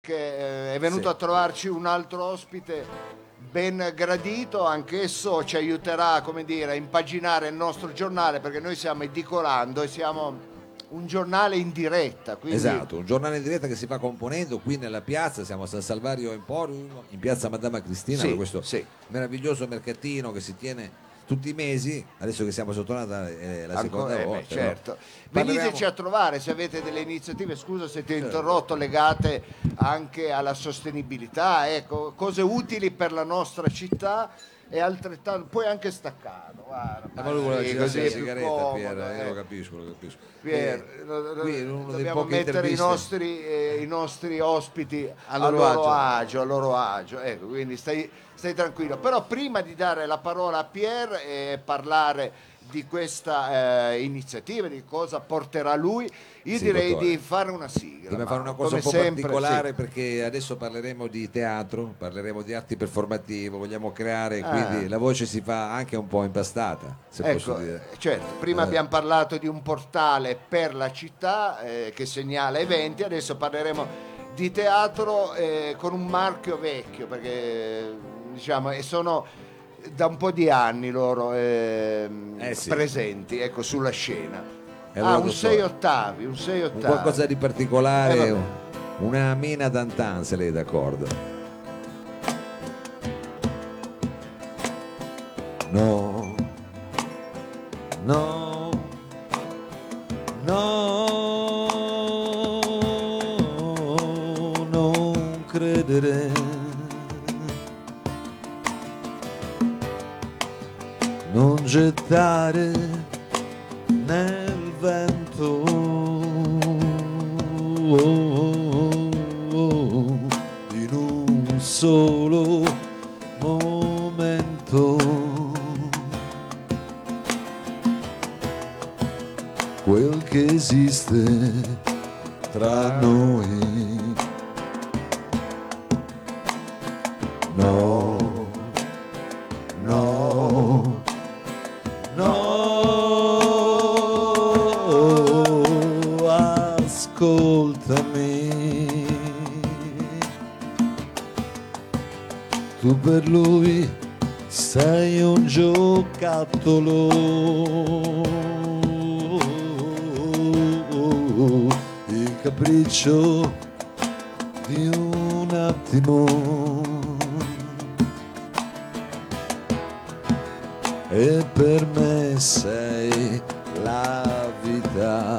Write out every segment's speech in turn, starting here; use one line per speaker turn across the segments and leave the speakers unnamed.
che è venuto a trovarci un altro ospite ben gradito, anch'esso ci aiuterà, come dire, a impaginare il nostro giornale, perché noi siamo Edicolando e siamo un giornale in diretta, quindi...
Esatto, un giornale in diretta che si va componendo qui nella piazza, siamo a San Salvario Emporium, in piazza Madama Cristina, per questo meraviglioso mercatino che si tiene tutti i mesi, adesso che siamo sotto la seconda volta.
Certo. Veniteci a trovare se avete delle iniziative, scusa se ti ho interrotto, legate anche alla sostenibilità, ecco, cose utili per la nostra città e altrettanto, puoi anche staccarlo, guarda,
ma lui vuole
così
la
è
sigaretta,
comodo,
Pier, io lo capisco.
Pier, dobbiamo
poche
mettere i nostri ospiti a loro agio, ecco, quindi stai tranquillo. Però prima di dare la parola a Pier e parlare di questa iniziativa, di cosa porterà lui, io direi di fare una sigla.
Dobbiamo fare una cosa un po' particolare, perché adesso parleremo di teatro, parleremo di arti performative, vogliamo creare, quindi la voce si fa anche un po' impastata, se posso dire.
Certo, prima abbiamo parlato di un portale per la città che segnala eventi, adesso parleremo di teatro con un marchio vecchio, perché diciamo sono da un po' di anni loro presenti, ecco, sulla scena. Un 6 ottavi, un 6 ottavi.
Qualcosa di particolare, una Mina d'antan, se lei è d'accordo. No, non credere, non gettare nel vento in un solo momento quel che esiste tra noi. No, ascoltami, tu per lui sei un giocattolo, il capriccio di un attimo, e per me sei la vita.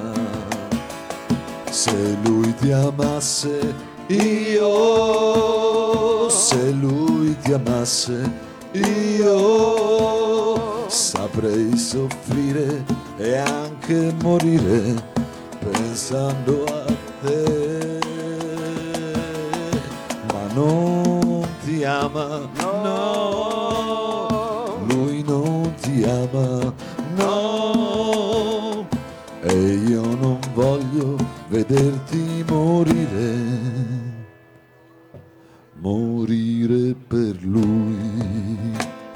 Se lui ti amasse, se lui ti amasse, io saprei soffrire e anche morire pensando a te. Ma non ti ama, no, lui non ti ama, no, e io non voglio vederti morire per lui.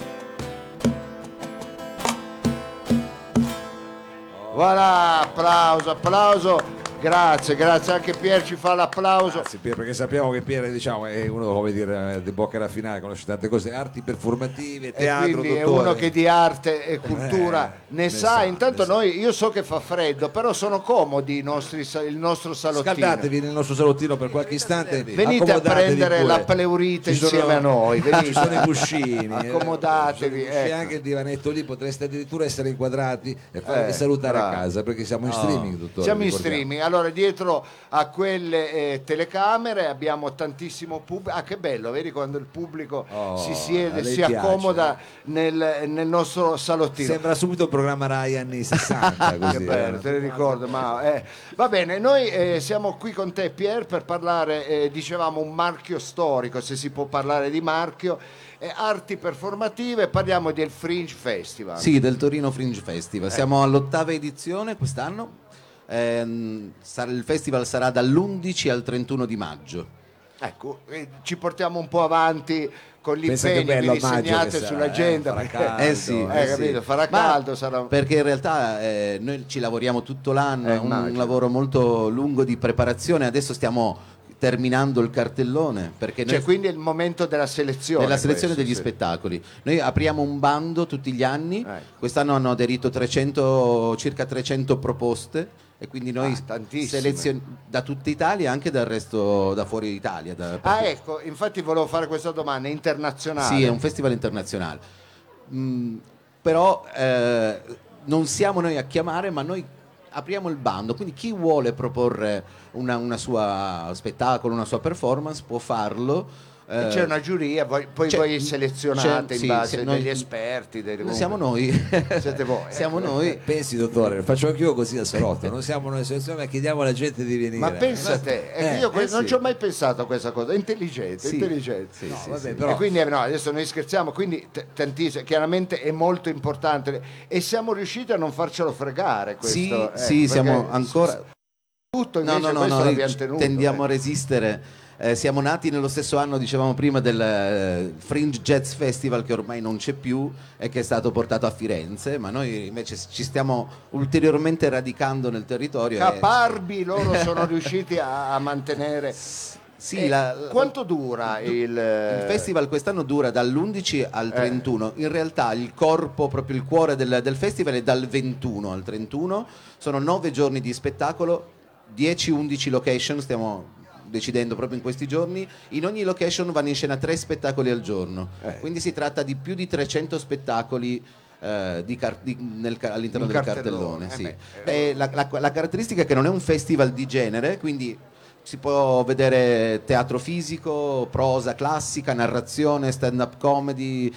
Voilà, applauso. Grazie, anche Pier ci fa l'applauso.
Grazie Pier, perché sappiamo che Pier, diciamo, è uno, come dire, di bocca raffinata, conosce tante cose, arti performative, teatro,
quindi
dottore.
È uno che di arte e cultura ne sa. Intanto io so che fa freddo, però sono comodi il nostro salottino.
Scaldatevi nel nostro salottino per qualche istante.
Venite a prendere
pure
la pleurite insieme a noi. Venite.
Ci sono i cuscini.
Accomodatevi.
C'è anche il divanetto lì, potreste addirittura essere inquadrati e farvi salutare a casa, perché siamo in streaming, dottore.
Siamo in streaming. Allora, dietro a quelle telecamere abbiamo tantissimo pubblico. Che bello, vedi quando il pubblico si siede, si accomoda nel nostro salottino.
Sembra subito il programma Rai anni 60. Così,
che bello, te ne ricordo. Va bene, noi siamo qui con te, Pier, per parlare, dicevamo, un marchio storico, se si può parlare di marchio. Arti performative, parliamo del Fringe Festival.
Sì, del Torino Fringe Festival. Siamo all'8ª edizione quest'anno. Il festival sarà dall'11 al 31 di maggio.
Ecco, ci portiamo un po' avanti con gli impegni che vi segnate sull'agenda. Capito, farà caldo. Sarà...
Perché in realtà noi ci lavoriamo tutto l'anno, è un lavoro molto lungo di preparazione. Adesso stiamo terminando il cartellone, perché
cioè, quindi è il momento della selezione.
Della selezione degli spettacoli. Noi apriamo un bando tutti gli anni, quest'anno hanno aderito circa 300 proposte e quindi noi selezioniamo da tutta Italia e anche dal resto, da fuori Italia.
Ecco, infatti volevo fare questa domanda, è internazionale?
Sì, è un festival internazionale. Però non siamo noi a chiamare, ma noi apriamo il bando, quindi chi vuole proporre una sua spettacolo, una sua performance può farlo.
C'è una giuria, poi voi selezionate in base degli esperti.
Non siamo noi.
Siete voi.
Siamo noi.
Pensi, dottore, faccio anch'io così a salotto, non siamo noi selezioniamo, ma chiediamo alla gente di venire.
Ma pensa te, io non ci ho mai pensato a questa cosa, è intelligente, intelligente.
Sì, vabbè, però...
E quindi adesso noi scherziamo, quindi tantissimo, chiaramente è molto importante e siamo riusciti a non farcelo fregare questo.
Sì, siamo ancora...
Tutto invece questo l'abbiamo tenuto.
Tendiamo a resistere. Siamo nati nello stesso anno, dicevamo prima, del Fringe Jazz Festival, che ormai non c'è più e che è stato portato a Firenze, ma noi invece ci stiamo ulteriormente radicando nel territorio.
Caparbi loro sono riusciti a mantenere.
Sì,
quanto dura il
festival? Quest'anno dura dall'11 al 31. In realtà il corpo, proprio il cuore del festival è dal 21 al 31. Sono 9 giorni di spettacolo, 10-11 location, stiamo decidendo proprio in questi giorni. In ogni location vanno in scena 3 spettacoli al giorno, quindi si tratta di più di 300 spettacoli all'interno del cartellone. La caratteristica è che non è un festival di genere, quindi si può vedere teatro fisico, prosa classica, narrazione, stand-up comedy,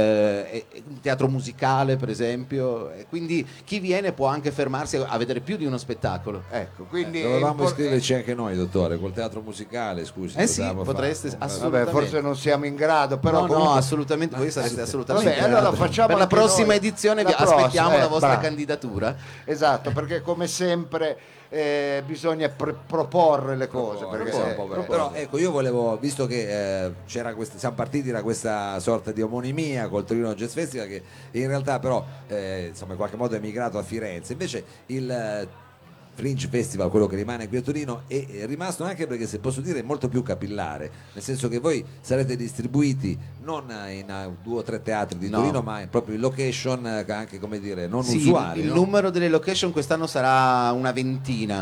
teatro musicale per esempio, e quindi chi viene può anche fermarsi a vedere più di uno spettacolo.
Ecco, quindi
dovevamo iscriverci anche noi, dottore, col teatro musicale, scusi.
Sì, potreste assolutamente.
Vabbè, forse non siamo in grado, però
no, assolutamente, voi sareste assolutamente.
Vabbè, allora facciamo
per la prossima edizione vi aspettiamo la vostra candidatura.
Esatto, perché come sempre bisogna proporre le cose.
Però ecco, io volevo, visto che siamo partiti da questa sorta di omonimia col Torino Jazz Festival, che in realtà però insomma in qualche modo è migrato a Firenze, invece il Fringe Festival, quello che rimane qui a Torino, è rimasto anche perché, se posso dire, è molto più capillare, nel senso che voi sarete distribuiti non in 2 o 3 teatri di Torino, ma proprio in location anche, come dire, non usuali.
Il numero delle location quest'anno sarà una ventina,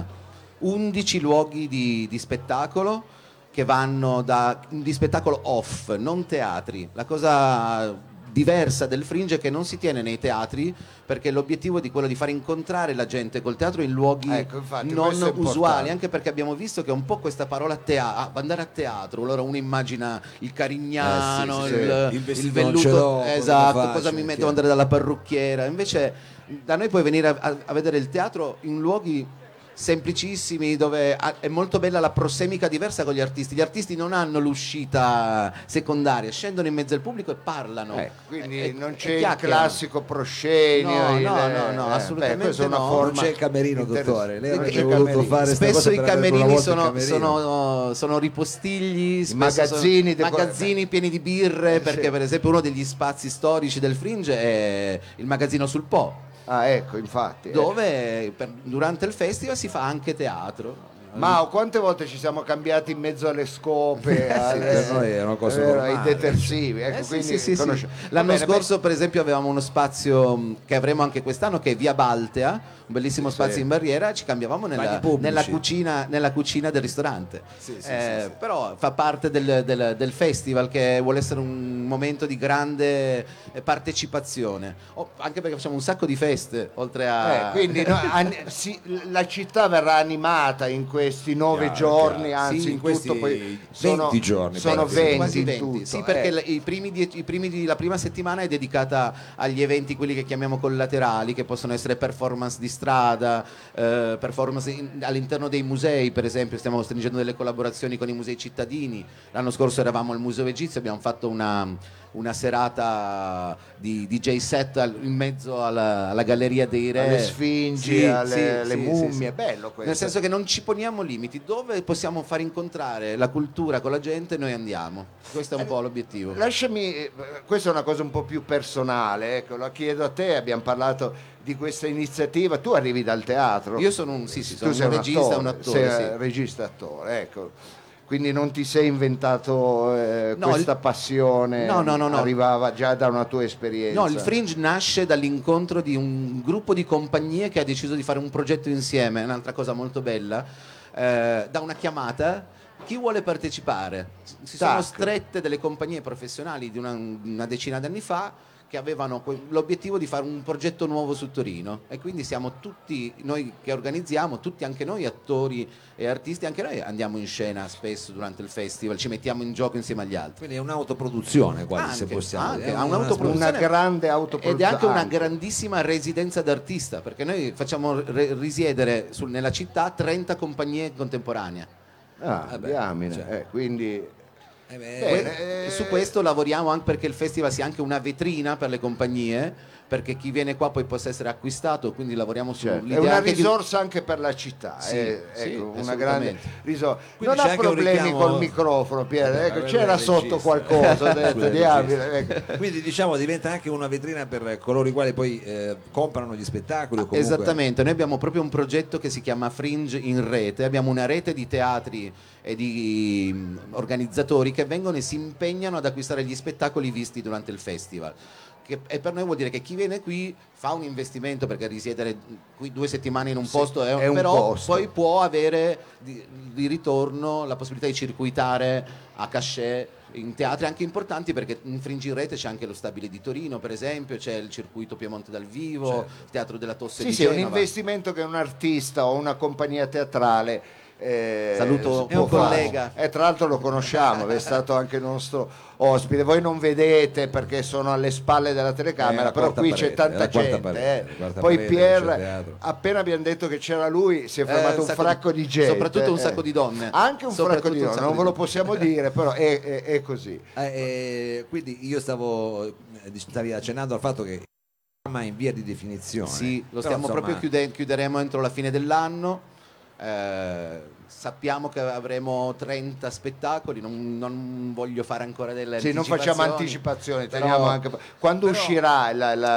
11 luoghi di spettacolo che vanno di spettacolo off, non teatri. La cosa diversa del Fringe è che non si tiene nei teatri, perché l'obiettivo è quello di far incontrare la gente col teatro in luoghi non usuali, anche perché abbiamo visto che un po' questa parola andare a teatro, allora uno immagina il Carignano, il velluto, esatto, cosa mi metto ad andare dalla parrucchiera, invece da noi puoi venire a vedere il teatro in luoghi semplicissimi, dove è molto bella la prossemica diversa con gli artisti non hanno l'uscita secondaria, scendono in mezzo al pubblico e parlano,
quindi non c'è il classico proscenio,
no, assolutamente
non c'è il camerino, dottore, lei avrebbe voluto fare
spesso i camerini sono ripostigli, magazzini pieni di birre, perché per esempio uno degli spazi storici del Fringe è il magazzino sul Po.
Ecco, infatti.
Dove durante il festival si fa anche teatro.
Ma quante volte ci siamo cambiati in mezzo alle scope,
per noi è una cosa normale,
ai detersivi.
L'anno scorso, per esempio, avevamo uno spazio che avremo anche quest'anno, che è Via Baltea, un bellissimo spazio in barriera, ci cambiavamo nella cucina del ristorante. Però fa parte del festival, che vuole essere un momento di grande partecipazione, anche perché facciamo un sacco di feste oltre a
quindi la città verrà animata in questi 9 giorni, anzi in tutto poi
20 giorni,
sono 20 in tutto.
Sì, perché la prima settimana è dedicata agli eventi, quelli che chiamiamo collaterali, che possono essere performance di strada, performance all'interno dei musei. Per esempio stiamo stringendo delle collaborazioni con i musei cittadini. L'anno scorso eravamo al Museo Egizio, abbiamo fatto una serata di DJ set in mezzo alla Galleria dei Re,
alle Sfingi, alle mummie. È bello questo,
nel senso che non ci poniamo limiti, dove possiamo far incontrare la cultura con la gente noi andiamo, questo è un po' l'obiettivo.
Lasciami, questa è una cosa un po' più personale, ecco, la chiedo a te, abbiamo parlato di questa iniziativa, tu arrivi dal teatro.
Io sono un regista, un attore.
Regista, attore, ecco. Quindi non ti sei inventato questa passione,
no.
Arrivava già da una tua esperienza.
No, il Fringe nasce dall'incontro di un gruppo di compagnie che ha deciso di fare un progetto insieme, un'altra cosa molto bella, da una chiamata. Chi vuole partecipare? Si sono strette delle compagnie professionali di una decina di anni fa che avevano l'obiettivo di fare un progetto nuovo su Torino, e quindi siamo tutti noi che organizziamo, tutti anche noi attori e artisti, anche noi andiamo in scena spesso durante il festival, ci mettiamo in gioco insieme agli altri.
Quindi è un'autoproduzione quasi, se possiamo
dire. Una
grande autoproduzione.
Ed è anche una grandissima residenza d'artista, perché noi facciamo risiedere nella città 30 compagnie contemporanee.
Diamine,
cioè.
Quindi
su questo lavoriamo anche perché il festival sia anche una vetrina per le compagnie, perché chi viene qua poi possa essere acquistato, quindi lavoriamo sull'idea.
È una risorsa anche per la città, una grande risorsa. Non ha problemi col microfono, Pier, c'era sotto qualcosa.
Quindi diciamo diventa anche una vetrina per coloro i quali poi comprano gli spettacoli. O comunque...
Esattamente, noi abbiamo proprio un progetto che si chiama Fringe in rete, abbiamo una rete di teatri e di organizzatori che vengono e si impegnano ad acquistare gli spettacoli visti durante il festival. E per noi vuol dire che chi viene qui fa un investimento, perché risiedere qui 2 settimane in un posto è un costo. Poi può avere di ritorno la possibilità di circuitare a cachet in teatri anche importanti, perché in Fringe in rete c'è anche lo Stabile di Torino, per esempio, c'è il Circuito Piemonte dal Vivo, il Teatro della Tosse di Genova.
È un investimento che un artista o una compagnia teatrale
saluto un collega,
tra l'altro lo conosciamo, è stato anche il nostro ospite. Voi non vedete perché sono alle spalle della telecamera, però qui c'è tanta gente. Poi Pier, appena abbiamo detto che c'era lui, si è fermato un fracco di gente,
soprattutto un sacco di donne,
anche un fracco di donne, non ve lo possiamo dire, però è così.
Quindi io stavi accennando al fatto che è in via di definizione.
Sì, lo stiamo proprio chiuderemo entro la fine dell'anno. Sappiamo che avremo 30 spettacoli, non voglio fare ancora delle anticipazioni.
Non facciamo anticipazioni, teniamo anche quando uscirà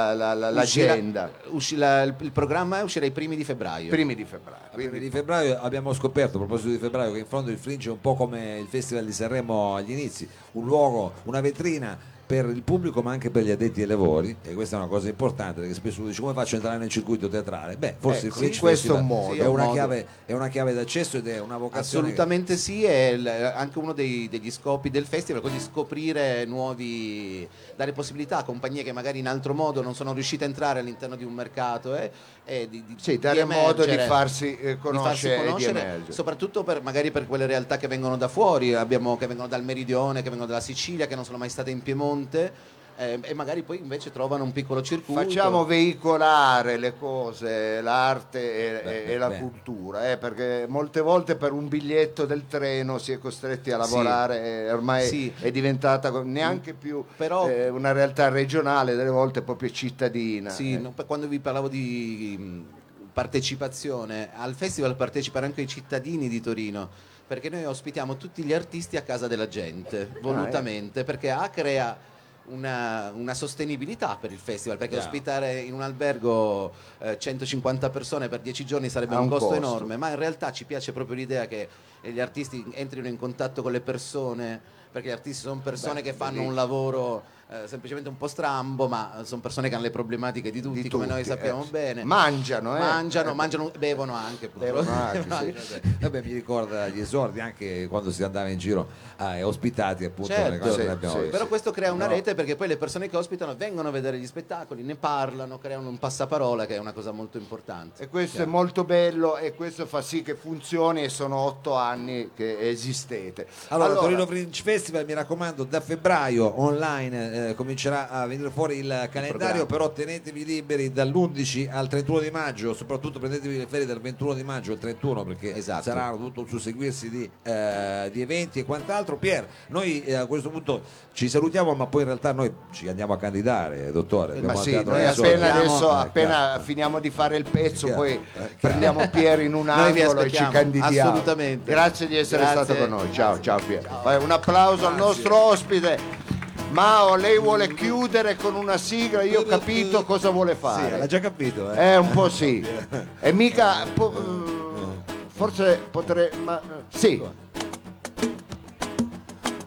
l'agenda.
Il programma uscirà i primi di febbraio.
Primi di febbraio abbiamo scoperto, a proposito di febbraio, che in fondo il Fringe è un po' come il Festival di Sanremo agli inizi, un luogo, una vetrina per il pubblico ma anche per gli addetti ai lavori, e questa è una cosa importante, perché spesso uno dice come faccio ad entrare nel circuito teatrale? Forse il Fringe Festival è una chiave d'accesso ed è una vocazione.
Assolutamente sì, è anche uno degli scopi del festival, quello di scoprire dare possibilità a compagnie che magari in altro modo non sono riuscite a entrare all'interno di un mercato
dare modo di farsi conoscere e di emergere,
soprattutto magari per quelle realtà che vengono da fuori, che vengono dal meridione, che vengono dalla Sicilia, che non sono mai state in Piemonte, e magari poi invece trovano un piccolo circuito.
Facciamo veicolare le cose, l'arte e la cultura, perché molte volte per un biglietto del treno si è costretti a lavorare, e ormai è diventata neanche più una realtà regionale, delle volte proprio cittadina.
Quando vi parlavo di partecipazione, al festival partecipano anche i cittadini di Torino, perché noi ospitiamo tutti gli artisti a casa della gente, volutamente, perché crea una sostenibilità per il festival, perché ospitare in un albergo 150 persone per 10 giorni sarebbe un costo enorme, ma in realtà ci piace proprio l'idea che gli artisti entrino in contatto con le persone, perché gli artisti sono persone che fanno un lavoro semplicemente un po' strambo, ma sono persone che hanno le problematiche di tutti, come noi sappiamo bene.
Mangiano,
bevono anche.
Vabbè, mi ricorda gli esordi anche quando si andava in giro ospitati, appunto.
Però questo crea una rete, perché poi le persone che ospitano vengono a vedere gli spettacoli, ne parlano, creano un passaparola, che è una cosa molto importante.
E questo è molto bello, e questo fa sì che funzioni, e sono 8 anni che esistete.
Allora Torino Fringe Festival, mi raccomando, da febbraio online comincerà a venire fuori il calendario, però tenetevi liberi dall'11 al 31 di maggio, soprattutto prendetevi le ferie dal 21 di maggio al 31, perché sarà tutto un susseguirsi di eventi e quant'altro. Pier, noi a questo punto ci salutiamo, ma poi in realtà noi ci andiamo a candidare, dottore.
Noi appena finiamo di fare il pezzo, poi prendiamo Pier in un angolo e ci candidiamo.
Assolutamente.
Grazie di essere stato con noi. Ciao Pier. Un applauso al nostro ospite. Mao, lei vuole chiudere con una sigla, io ho capito cosa vuole fare.
L'ha già capito,
un po' sì. E mica forse potrei, ma sì.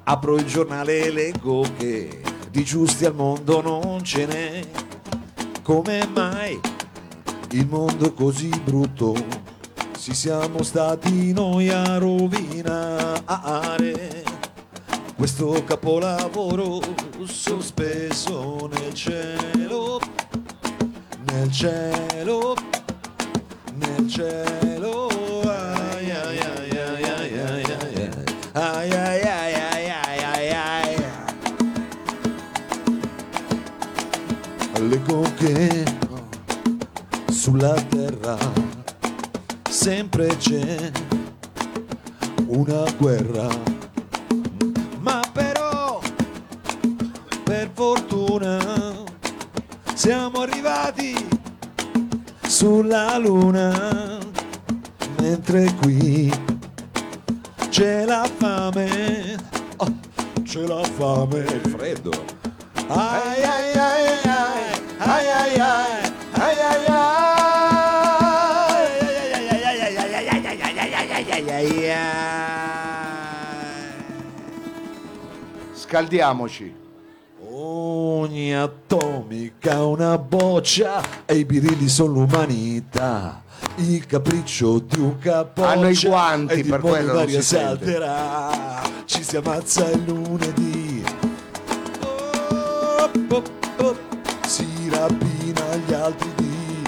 apro il giornale e leggo che di giusti al mondo non ce n'è. Come mai il mondo è così brutto? Sì, siamo stati noi a rovinare questo capolavoro sospeso nel cielo, nel cielo, nel cielo. Ai ai ai ai ai ai ai ai ai ai ai ai ai. Leggo che sulla terra sempre c'è una guerra, ma però per fortuna siamo arrivati sulla luna, mentre qui c'è la fame, oh, c'è la fame, il freddo. Ai ai ai ai ai ai ai ai ai.
Scaldiamoci.
Ogni atomica ha una boccia e i birilli sono l'umanità. Il capriccio di un capoccia
hanno i guanti,
e il
per quello non si
salterà. Ci si ammazza il lunedì, si rapina gli altri dì.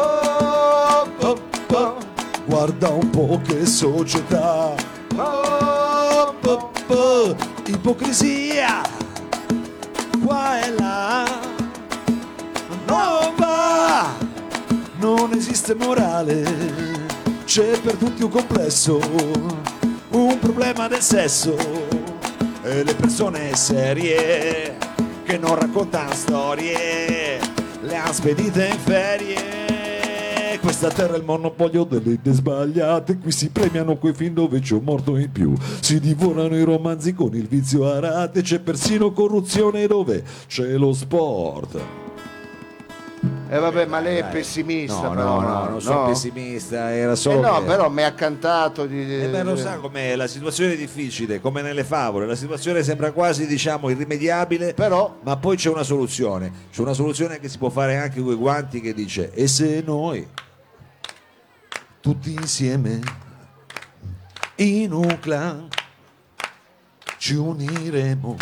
Guarda un po' che società, ipocrisia qua e là, non va, non esiste morale, c'è per tutti un complesso, un problema del sesso e le persone serie che non raccontano storie le han spedite in ferie. Questa terra è il monopolio delle idee sbagliate, qui si premiano quei film dove c'è un morto in più, si divorano i romanzi con il vizio a rate, c'è persino corruzione dove c'è lo sport.
Vabbè, ma lei è pessimista.
No,
però,
no, non sono pessimista, era solo
no,
che...
però mi ha cantato
lo sa com'è, la situazione è difficile, come nelle favole, la situazione sembra quasi, diciamo, irrimediabile,
però...
ma poi c'è una soluzione che si può fare anche con i guanti, che dice: e se noi tutti insieme in un clan ci uniremo,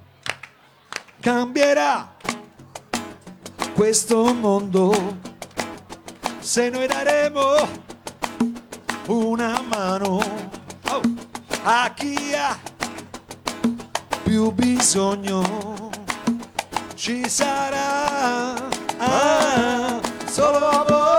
cambierà questo mondo se noi daremo una mano a chi ha più bisogno. Ci sarà solo amore.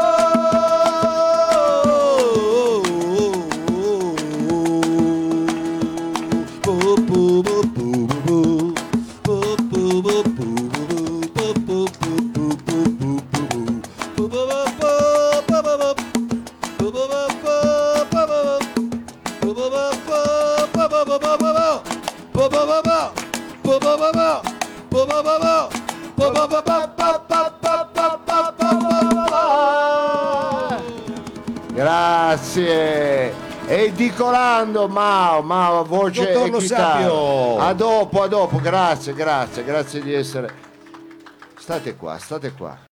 Grazie. E dicolando Mao, voce e chitarra. A dopo, grazie di essere. State qua.